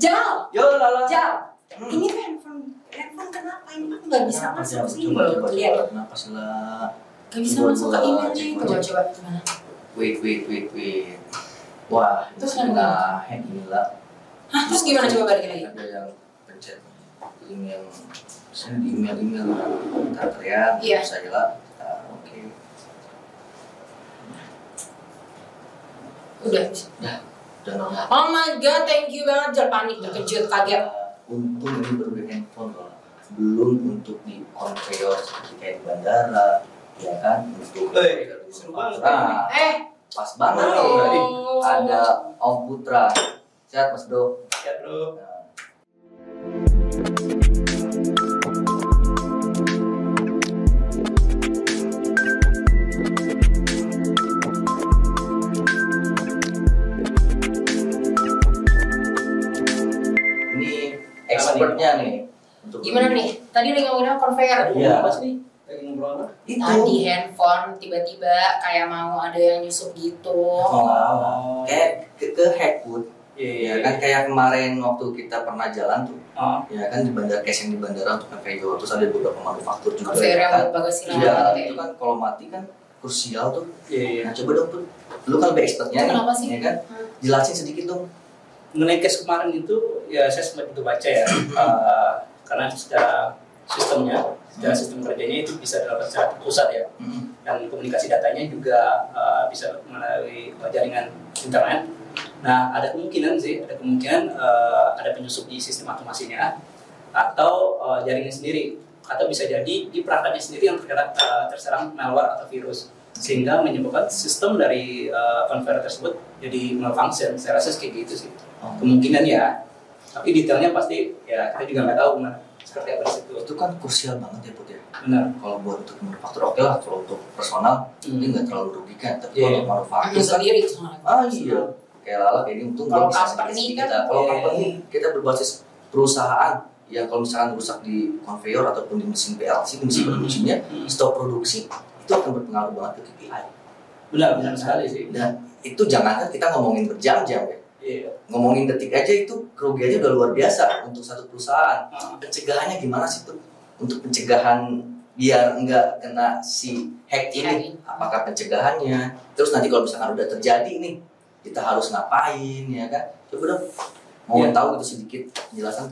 Jal. Yo lala. Jal. Ini tuh handphone kenapa ini tuh nggak bisa masuk ke sini loh, lihat. Kenapa sih lah? Nggak bisa masuk ke emailnya itu, coba gimana? Wait. Wah, Terus nah, ini lah. Hah, terus gimana coba balikin lagi? Ada yang pencet email, send email teriak, Iya. saya lah. Oke. Udah normal. Oh my god, thank you banget. Jangan panik, terkejut, kaget. Untung ini baru di handphone loh. Belum untuk di konveyor seperti kayak di bandara, ya kan? Untuk seru banget. Pas banget Halo. nih. Ada Om Putra. Sehat Mas Do. Ya bro. Ini expertnya nih. Untuk Gimana nih? Tadi lagi ngomongin conveyor. Iya. Apa sih? Lagi ngobrol apa? Itu. Tadi handphone tiba-tiba kayak mau ada yang nyusup gitu. Oh. Kayak ke Hackwood. Iya. Ya kan kayak kemarin waktu kita pernah jalan tuh. Oh. Ya kan di bandara, case yang di bandara untuk konveyor, terus ada beberapa manufaktur juga. Conveyor yang kan? buat bagasi Iya, gitu ya. itu kan kalau mati kan krusial tuh. Iya. Nah coba dong tuh, lu kan lebih expertnya Itu nih, kenapa sih? ya kan? Jelasin sedikit dong. Mengenai case kemarin itu, ya saya sempat itu baca ya, karena secara sistem kerjanya itu bisa dilakukan secara pusat ya, dan komunikasi datanya juga bisa melalui jaringan internet. Nah, ada kemungkinan ada penyusup di sistem otomasinya atau jaringan sendiri, atau bisa jadi di perangkatnya sendiri yang terserang malware atau virus, sehingga menyebabkan sistem dari conveyor tersebut jadi malfunction. Saya rasa kayak gitu sih. Kemungkinan ya, tapi detailnya pasti ya kita juga nggak tahu gimana seperti apa di situ. Itu kan krusial banget ya Put ya. Benar. Kalau buat untuk manufaktur oke lah, kalau untuk personal ini nggak terlalu merugikan. Tapi Iya. kalau untuk manufaktur kan, sendiri soalnya. iya. Kayak Lala kayak ini untung Kalau gua bisa company sedikit kan, kita. Kalau iya. company kita berbasis perusahaan. Ya kalau misalkan rusak di konveyor ataupun di mesin PLC, di mesin produksinya, stop produksi itu akan berpengaruh banget ke KPI. Benar sekali sih. Dan itu jangankan kita ngomongin berjam-jam ya. Iya. Ngomongin detik aja itu kerugiannya udah luar biasa untuk satu perusahaan. Pencegahannya gimana sih tuh? Untuk pencegahan biar nggak kena si hack ini, apakah pencegahannya? Terus nanti kalau misalkan udah terjadi nih, kita harus ngapain ya kan? Coba dong, mau tahu itu sedikit penjelasan.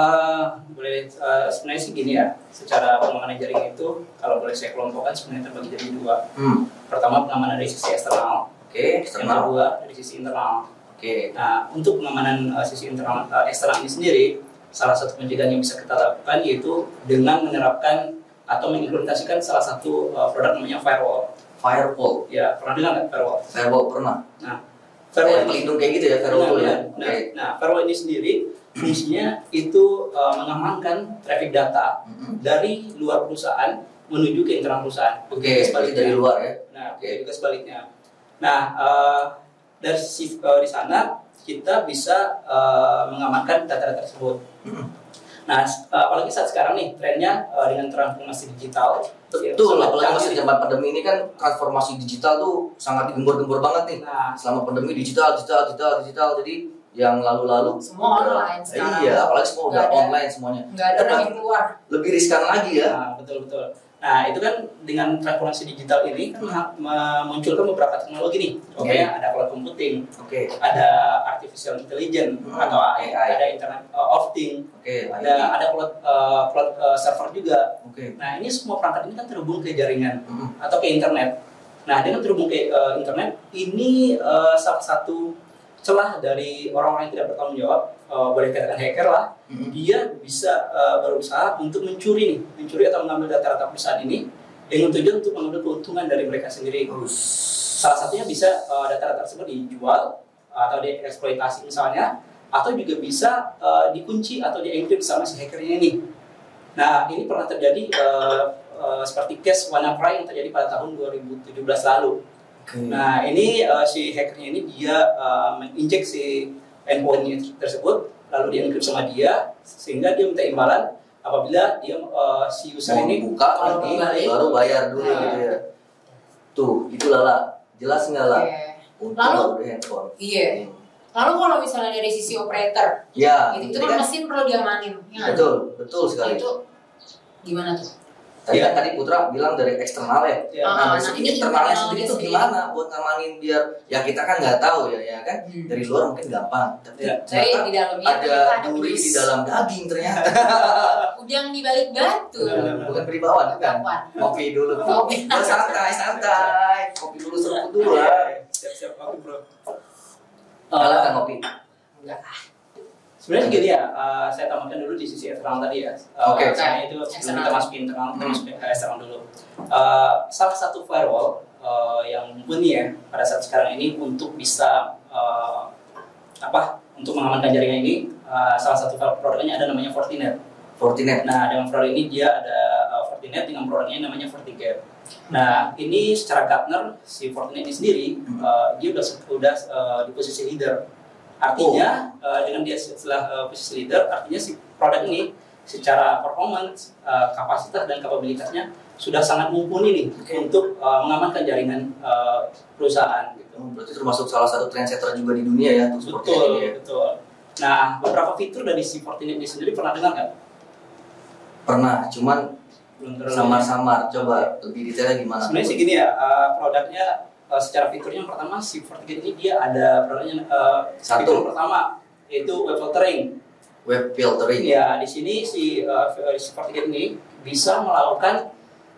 Boleh, sebenarnya sih gini ya, secara pengamanan jaringan itu kalau boleh saya kelompokkan sebenarnya terbagi jadi dua. Pertama, pengamanan dari sisi eksternal. Oke, Yang eksternal. kedua dari sisi internal. Oke. Nah, untuk pengamanan sisi internal eksternal ini sendiri, salah satu pencegahan yang bisa kita lakukan yaitu dengan menerapkan atau mengimplementasikan salah satu produk namanya firewall. Firewall. Ya, pernah dengar nggak firewall? Firewall pernah. Nah, Firewall pelindung kayak gitu ya, firewall ya. Nah, firewall ini sendiri fungsinya itu mengamankan traffic data dari luar perusahaan menuju ke internal perusahaan. Oke, seperti dari luar ya. Nah, juga sebaliknya. Nah, dari di sana kita bisa mengamankan data-data tersebut. Nah, apalagi saat sekarang nih trennya dengan transformasi digital. Betul, apalagi masih zaman pandemi ini kan transformasi digital tuh sangat digembor-gembor banget nih. Nah, Selama pandemi digital, jadi yang lalu-lalu Semua online sekarang. Iya, apalagi semua udah Nggak ada- online semuanya. Nggak ada orang yang keluar. Lebih riskan lagi ya. nah, betul. Nah, itu kan dengan transformasi digital ini kan memunculkan beberapa teknologi nih. Contohnya ada cloud computing, Oke. ada artificial intelligence atau AI, AI. ada Internet of Things, Oke, ada cloud server juga. Oke. Nah, ini semua perangkat ini kan terhubung ke jaringan atau ke internet. Nah, dengan terhubung ke internet, ini salah satu celah dari orang-orang yang tidak bertanggung jawab, boleh katakan hacker lah, dia bisa berusaha untuk mencuri atau mengambil data-data perusahaan ini dengan tujuan untuk mengambil keuntungan dari mereka sendiri. Salah satunya bisa data-data tersebut dijual atau dieksploitasi misalnya, atau juga bisa dikunci atau dienkripsi sama si hackernya ini. Nah, ini pernah terjadi seperti case WannaCry yang terjadi pada tahun 2017 lalu. Nah, ini si hackernya ini dia menginjek si endpoint tersebut, lalu dia enkripsi sama dia, sehingga dia minta imbalan apabila dia si user ini buka lagi baru bayar dulu gitu ya. Tuh, itu Lala. Jelas nggak lah? Untuk Lalu? baru di handphone. Iya. Lalu kalau misalnya dari sisi operator, Ya, itu kan mesin perlu diamanin. Ya, betul sekali. Itu gimana tuh? Tadi Putra bilang dari eksternal ya. Nah, dari segi internalnya sendiri itu gimana buat ngamanin biar ya kita kan nggak tahu ya kan. Dari luar mungkin gampang, tapi di dalamnya ada duri di dalam daging ternyata. Udang di balik batu. Bukan beribawan kan. Kopi dulu. Santai. Kopi dulu, seruput dulu lah. Siap-siap kopi bro. Kalah kan kopi? Enggak. Sebenarnya gini ya, saya tambahkan dulu di sisi eksternal tadi ya. Oke. Karena itu sebelum kita masuk internal, kita masuk ke eksternal dulu. Salah satu firewall yang mumpuni ya pada saat sekarang ini untuk bisa untuk mengamankan jaringan ini, salah satu produknya ada namanya Fortinet. Nah, dengan produk ini dia ada Fortinet dengan produknya namanya FortiGate. Nah, ini secara Gartner si Fortinet ini sendiri dia udah di posisi leader. Artinya dengan dia setelah posisi leader, artinya si produk ini secara performance, kapasitas dan kapabilitasnya sudah sangat mumpuni nih untuk mengamankan jaringan perusahaan. Gitu. Berarti termasuk salah satu trendsetter juga di dunia ya untuk Betul. Nah, beberapa fitur dari si Fortinet ini sendiri pernah dengar nggak? Pernah, cuman samar-samar. Coba lebih detailnya gimana? Sebenarnya sih gini ya, produknya secara fiturnya yang pertama si FortiGate ini dia ada produknya fitur pertama yaitu web filtering. Web filtering. Ya, di sini si FortiGate ini bisa melakukan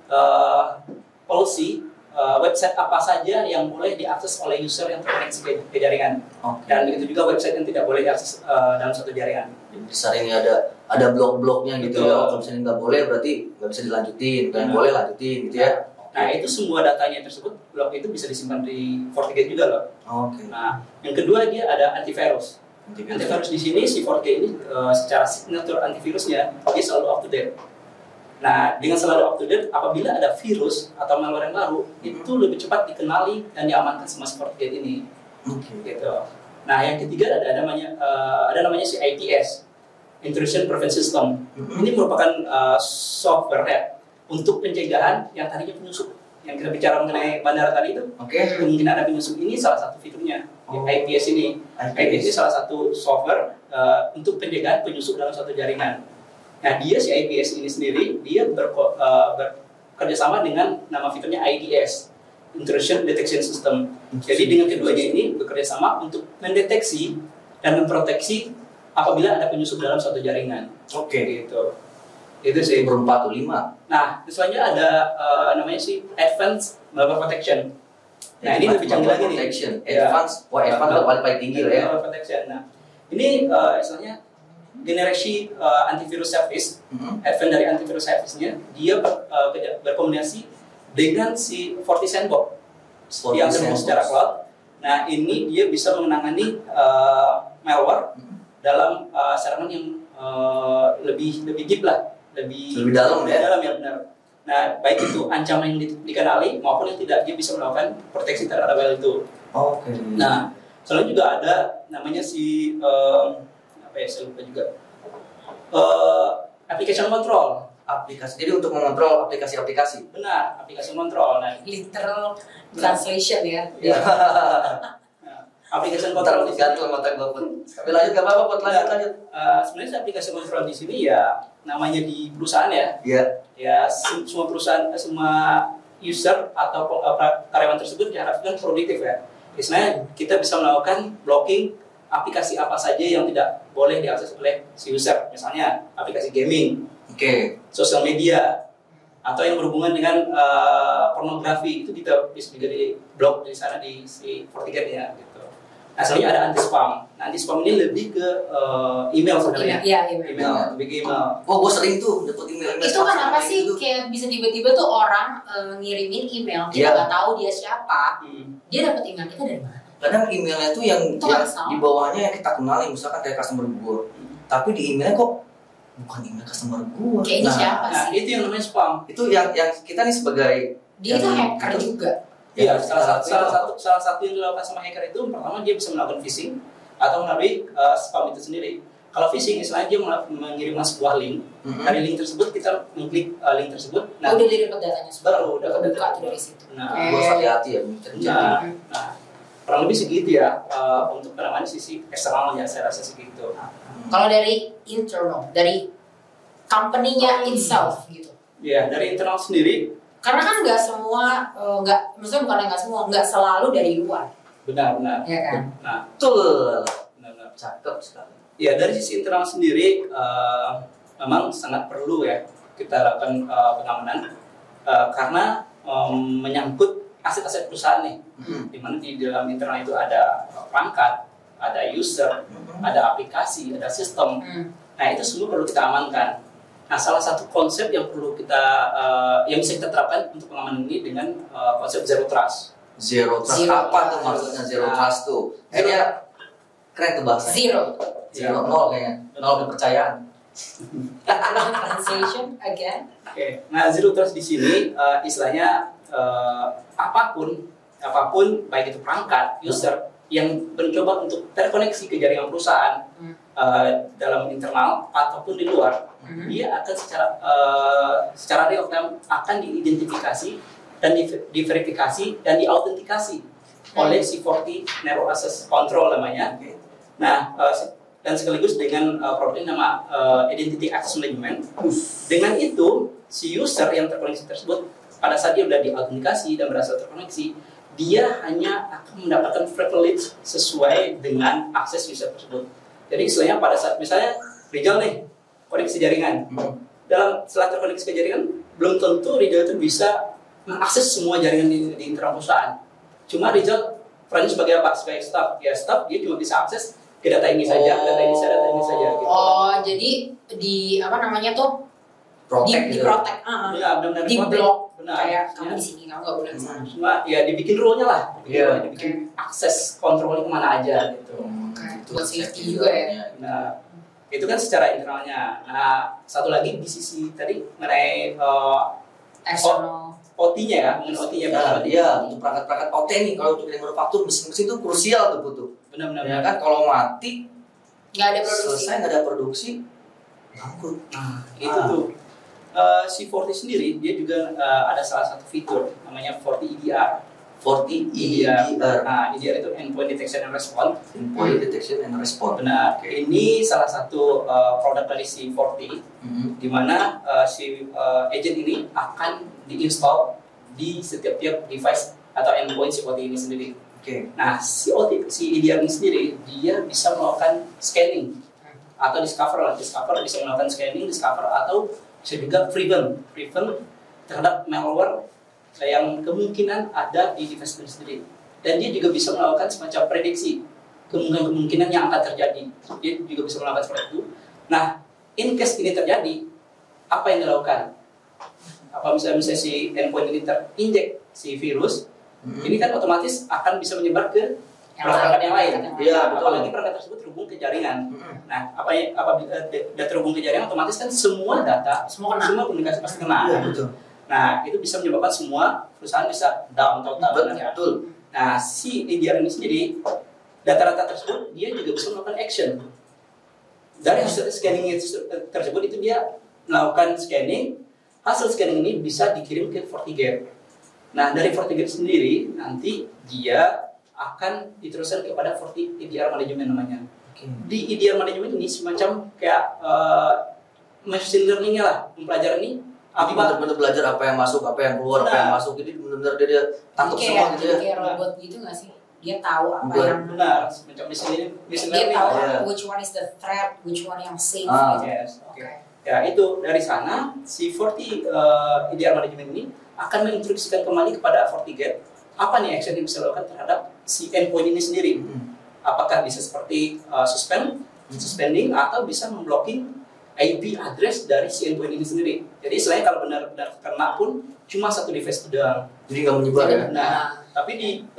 policy website apa saja yang boleh diakses oleh user yang terkoneksi ke jaringan. Dan begitu juga website yang tidak boleh diakses dalam suatu jaringan. Jadi seringnya ada blok-bloknya gitu ya. Kalau misalnya nggak boleh berarti nggak bisa dilanjutin, dan boleh lanjutin gitu ya. Nah, itu semua datanya tersebut, blok itu bisa disimpan di FortiGate juga loh. Nah, yang kedua dia ada antivirus. Antivirus di sini si FortiGate ini secara signature antivirusnya dia selalu up to date. Nah, dengan selalu up to date, apabila ada virus atau malware yang baru, itu lebih cepat dikenali dan diamankan sama si FortiGate ini. Gitu. Nah, yang ketiga ada namanya si IPS, Intrusion Prevention System. Ini merupakan software ya untuk pencegahan yang tadinya penyusup. Yang kita bicara mengenai bandara tadi itu, mungkin ada penyusup, ini salah satu fiturnya. IPS ini. IPS ini salah satu software untuk pencegahan penyusup dalam suatu jaringan. Nah, si IPS ini sendiri, dia bekerjasama dengan nama fiturnya IDS, Intrusion Detection System. Jadi dengan keduanya ini bekerjasama untuk mendeteksi dan memproteksi apabila ada penyusup dalam suatu jaringan. Gitu. Itu sih berempat 5. Nah, selanjutnya ada namanya sih Advanced Malware Protection. Nah, ini lebih canggih lagi nih. Advanced paling tinggi lah ya. Malware Protection. Nah, ini istilahnya generasi antivirus service. Advanced dari antivirus service-nya dia berkombinasi dengan si FortiSandbox yang terhubung secara cloud. Nah, ini dia bisa menangani malware dalam serangan yang lebih deep lah. Lebih dalam ya benar. Nah, baik itu ancaman yang dikenali maupun yang tidak, dia bisa melakukan proteksi terhadap hal itu. Nah, selalu juga ada namanya si saya lupa juga application control. Jadi untuk mengontrol aplikasi-aplikasi. Benar, aplikasi control. Nah, literal translation ya. Aplikasi kontrol di gantung mata gue pun. Tapi lanjut, nggak apa-apa, lanjut. Sebenarnya aplikasi kontrol di sini ya namanya di perusahaan ya. Ya, semua perusahaan, semua user atau karyawan tersebut diharapkan produktif ya. Misalnya kita bisa melakukan blocking aplikasi apa saja yang tidak boleh diakses oleh si user. Misalnya aplikasi gaming, sosial media, atau yang berhubungan dengan pornografi, itu kita bisa juga di blok di sana di si FortiGate ya. Nah, selanjutnya ada anti-spam. Nah, anti-spam ini lebih ke email sebenarnya. Email, lebih ke email. Gue sering tuh dapat email. Itu kenapa sih gitu. Kayak bisa tiba-tiba tuh orang ngirimin email, kita nggak tahu dia siapa, dia dapat email kita dari mana? Kadang emailnya tuh yang di bawahnya yang kita kenali, misalkan kayak customer gue, tapi di emailnya kok bukan email customer gue. Kayaknya siapa sih? Nah, itu yang namanya spam. Itu yang kita nih sebagai dia itu hacker juga. Iya, salah satu yang dilakukan sama hacker itu pertama dia bisa melakukan phishing atau melalui spam itu sendiri. Kalau phishing istilahnya dia mengirimkan sebuah link. Dari link tersebut kita mengklik link tersebut. Nah, udah dapat datanya baru dapat data dari situ. Nah, harus hati-hati ya. kurang lebih segitu ya untuk penanganan sisi eksternalnya, saya rasa segitu. Kalau dari internal, dari company-nya itself gitu. Ya, dari internal sendiri. Karena kan nggak semua, maksudnya bukan nggak semua, nggak selalu dari luar. Benar. Ya kan? Nah, Betul. benar. Cakep sekali. Ya, dari sisi internal sendiri memang sangat perlu ya kita lakukan pengamanan karena menyangkut aset-aset perusahaan nih, di mana di dalam internal itu ada perangkat, ada user, ada aplikasi, ada sistem. Nah, itu semua perlu kita amankan. Nah, salah satu konsep yang perlu kita yang bisa kita terapkan untuk pengamanan ini dengan konsep zero trust. Zero trust. Apa tuh maksudnya zero trust tuh? Kayaknya keren tuh bahasa. Zero nol kayaknya. Nol kepercayaan. Translation again. Oke. Nah, zero trust di sini istilahnya apapun baik itu perangkat, user yang mencoba untuk terkoneksi ke jaringan perusahaan dalam internal ataupun di luar, dia akan secara real time akan diidentifikasi dan diverifikasi dan diautentikasi oleh C40 Network Access Control namanya. Nah, dan sekaligus dengan produk nama Identity Access Management. Dengan itu, si user yang terkoneksi tersebut pada saat dia sudah diautentikasi dan berhasil terkoneksi, dia hanya akan mendapatkan privilege sesuai dengan akses user tersebut. Jadi istilahnya pada saat misalnya Rizal nih koneksi jaringan, setelah terkoneksi ke jaringan, belum tentu Rizal itu bisa mengakses semua jaringan di internal perusahaan. Cuma Rizal perannya sebagai apa? Sebagai staff. Ya staff dia cuma bisa akses ke data ini saja, data ini saja. Gitu. Oh, jadi di apa namanya tuh? Di protect, benar-benar di blok. Benar. Kayak kamu di sini, kamu nggak boleh ke sana. Cuma ya dibikin rule-nya lah, dibikin akses kontrolnya kemana aja gitu. Buat safety juga ya. Nah, itu kan secara internalnya. Nah, satu lagi di sisi tadi mengenai External. OT-nya ya, mengenai OT-nya. Iya, untuk perangkat-perangkat OT nih, kalau untuk yang manufaktur mesin-mesin itu krusial tuh butuh. Benar-benar. Ya kan kalau mati, Nggak ada produksi. selesai nggak ada produksi, bangkrut. Nah, itu tuh. C40 sendiri dia juga ada salah satu fitur namanya 40 EDR. 40 EDR. Nah, EDR itu Endpoint Detection and Response. Endpoint Detection and Response. Benar. Ini salah satu produk dari C40 di mana si agent ini akan diinstal di setiap device atau endpoint C40 ini sendiri. Nah, si EDR ini sendiri dia bisa melakukan scanning atau discover bisa melakukan scanning, atau bisa juga prevent terhadap malware yang kemungkinan ada di device itu sendiri. Dan dia juga bisa melakukan semacam prediksi kemungkinan yang akan terjadi. Dia juga bisa melakukan seperti itu. Nah, in case ini terjadi, apa yang dilakukan? Apa misalnya si endpoint ini terinjek si virus, ini kan otomatis akan bisa menyebar ke perangkat yang lain. Iya, apalagi perangkat tersebut terhubung ke jaringan. Nah, apabila data terhubung ke jaringan, otomatis kan semua data, semua komunikasi pasti kena. Iya, betul. Nah, itu bisa menyebabkan semua perusahaan bisa down total. Betul. Nah, si EDR ini sendiri, data-data tersebut dia juga bisa melakukan action. Dari hasil scanning tersebut itu dia melakukan scanning, hasil scanning ini bisa dikirim ke FortiGate. Nah, dari FortiGate sendiri nanti dia akan diteruskan kepada Forti EDR Management namanya. Di EDR Management ini semacam kayak machine learning-nya lah, mempelajari ini apa benar-benar belajar apa yang masuk, apa yang keluar, apa yang masuk. Jadi benar-benar dia tangkap semua gitu ya. Kayak robot gitu nggak sih? Dia tahu apa yang benar, semacam machine dia learning. tahu which one is the threat, which one yang safe. Yes. Ya, itu dari sana si Forti EDR Management ini akan menginstruksikan kembali kepada FortiGate apa nih action yang bisa dilakukan terhadap si endpoint ini sendiri. Apakah bisa seperti suspending atau bisa memblocking IP address dari si endpoint ini sendiri. Jadi istilahnya kalau benar-benar kena pun cuma satu device itu doang. Jadi nggak menyebar ya. Nah, tapi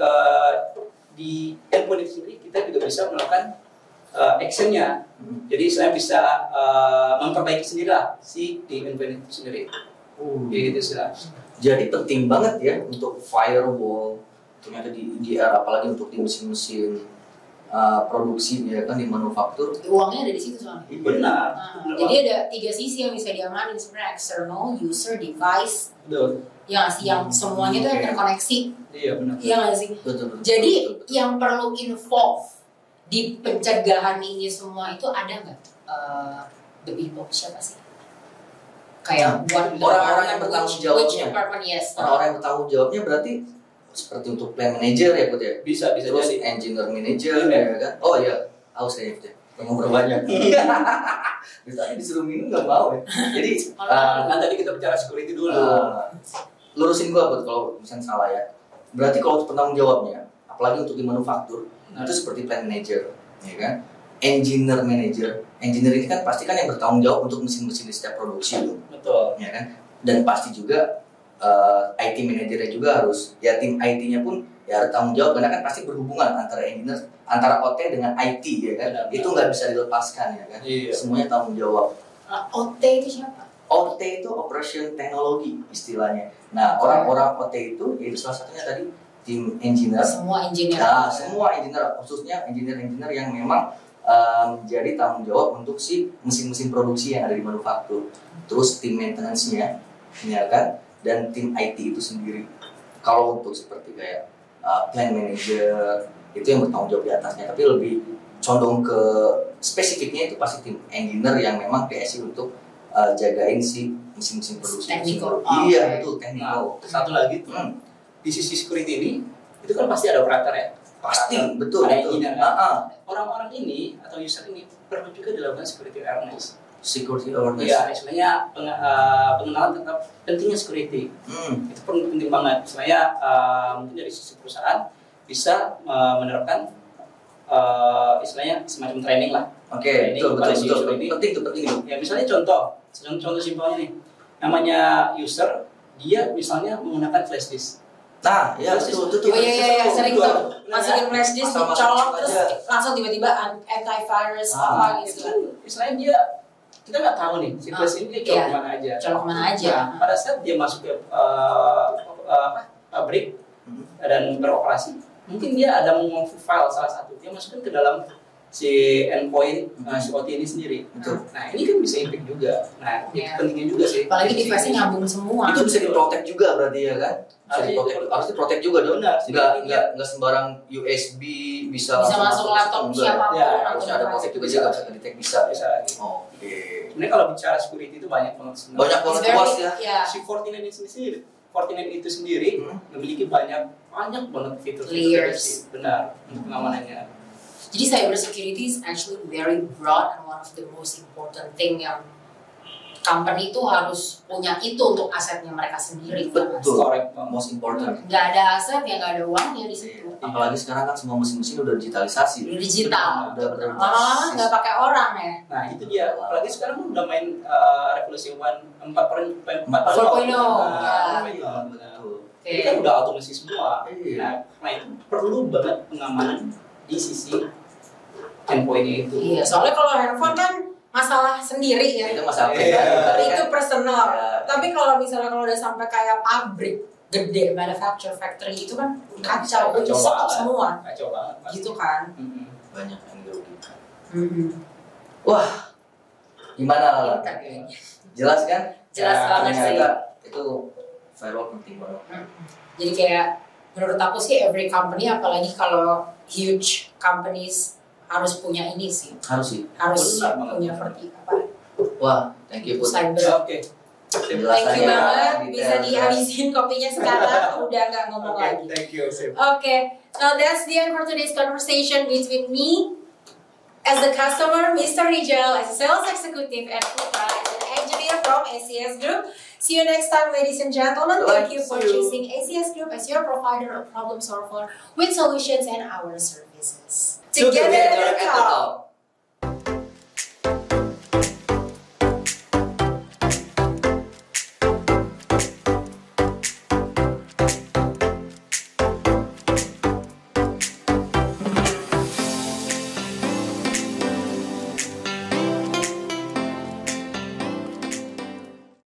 di endpoint ini sendiri kita juga bisa melakukan actionnya. Jadi saya bisa memperbaiki sendiri lah si di endpoint itu sendiri. Gitu sih. Jadi penting banget ya untuk firewall, ternyata di era apalagi untuk di mesin-mesin produksi ya kan, di manufaktur. Uangnya ada di situ soalnya. Benar. Jadi ada 3 sisi yang bisa diamanin sebenarnya: external, user, device. Betul. Ya nggak sih, yang semuanya tuh yang terkoneksi. Iya benar. Iya nggak sih? Betul. Jadi yang perlu involve di pencegahan ini semua itu ada nggak? The people siapa sih? Kayak orang-orang yang bertanggung jawabnya. Yes. Orang-orang yang bertanggung jawabnya berarti seperti untuk plan manager ya Put ya. Bisa Terus jadi. engineer manager ya kan. Oh iya, tahu saya itu. Yang berbanyak. Ditanya disuruh minum nggak mau ya. Jadi Kan tadi kita bicara security dulu. lurusin gua Put kalau misalnya salah ya. Berarti kalau untuk penanggung jawabnya, apalagi untuk di manufaktur, itu seperti plan manager, ya kan? Engineer manager. Engineer ini kan pasti kan yang bertanggung jawab untuk mesin-mesin di setiap produksi loh. Betul. Ya kan, dan pasti juga IT manajernya juga harus, ya tim IT-nya pun ya harus tanggung jawab karena kan pasti berhubungan antara engineer, antara OT dengan IT ya kan, Benar. itu nggak bisa dilepaskan ya kan, Iya. semuanya tanggung jawab. OT itu siapa? OT itu operation teknologi istilahnya. Nah orang-orang OT itu yaitu salah satunya tadi tim engineer. Semua engineer. Nah semua engineer, khususnya engineer-engineer yang memang jadi tanggung jawab untuk si mesin-mesin produksi yang ada di manufaktur. Terus tim maintenance-nya, ya kan, dan tim IT itu sendiri. Kalau untuk seperti kayak plan manager itu yang bertanggung jawab di atasnya, tapi lebih condong ke spesifiknya itu pasti tim engineer yang memang PSI untuk jagain si mesin-mesin produksi. Technical. Iya betul Nah, technical. satu lagi tuh, di sisi security ini itu kan pasti ada operator ya. Pasti Operator, betul ada betul. engineer kan? Orang-orang ini atau user ini perlu juga dilakukan security awareness. Security awareness. Iya, istilahnya pengenalan tentang pentingnya security. Itu penting banget. Istilahnya mungkin dari sisi perusahaan bisa menerapkan istilahnya semacam training lah. Oke, Training betul kepada betul si betul. user ini. Penting tuh penting tuh. Ya misalnya contoh simpelnya nih, namanya user dia misalnya menggunakan flash disk. Nah, ya betul betul. Oh iya sering tuh masukin flash disk, Asal dicolok masuk terus aja. langsung tiba-tiba antivirus Ah, apa Itu gitu. kan istilahnya dia kita nggak tahu nih si flash ini dia colok Iya. kemana aja. Colok kemana aja. Nah, pada saat dia masuk ke pabrik dan beroperasi, mungkin dia ada mau file salah satu, dia masukkan ke dalam si endpoint si OT ini sendiri. Betul. Nah ini kan bisa impact juga. Nah itu Iya. pentingnya juga sih. Apalagi device-nya nyambung semua. Itu bisa diprotek juga berarti ya kan? Bisa Harus diprotek, di- harus diprotek juga dong. Benar. Nggak sembarang USB bisa Bisa masuk ke laptop sistem, siapapun. Ya, atau harusnya ada device. protek juga bisa detect bisa. Bisa. Oke. Sebenarnya kalau bicara security itu banyak banget sebenarnya. Banyak It's banget very- luas ya. ya. Si Fortinet itu sendiri memiliki banyak banget fitur Layers. benar untuk pengamanannya. Jadi cyber security is actually very broad and one of the most important thing yang company itu harus punya itu untuk asetnya mereka sendiri. Betul. Correct banget. Most important. Nggak ada aset ya nggak ada uangnya di situ. Apalagi sekarang kan semua mesin-mesin udah digitalisasi. Udah digital. Udah benar. Malah nggak pakai orang ya. Nah itu dia. Apalagi sekarang udah main revolusi 4.0. 4.0. Nah, Betul. Ini kan udah otomasi semua. Iya. Nah, karena itu perlu banget pengamanan di sisi endpoint-nya itu. Iya, soalnya kalau handphone kan masalah sendiri ya. Itu masalah Iya. pribadi. Itu personal. Ya. Tapi kalau misalnya kalau udah sampai kayak pabrik gede, manufacture factory itu kan kacau, Kacau itu stop banget. semua. Kacau banget. pasti. Gitu kan. Mm-mm. Banyak yang dirugikan. Mhm. Wah, gimana lah? Pintar kayaknya. Jelas kan? Jelas Ya, banget sih. Ternyata itu firewall penting banget. Jadi kayak menurut aku sih every company, apalagi kalau huge companies harus punya ini sih. Harus sih. Harus Benar banget. punya apa? Wah, thank you Put. Cyber. Oke. Thank you Penjelasannya banget. detail. Bisa dihabisin kopinya sekarang. Udah nggak ngomong Oke, lagi. thank you, Sip. Okay, now that's the end for today's conversation between me as the customer, Mr. Rijal, as a sales executive, and Putra as an engineer from ACS Group. See you next time, ladies and gentlemen. Thank you for See you. choosing ACS Group as your provider of problem solver with solutions and our services. Together at the top. top.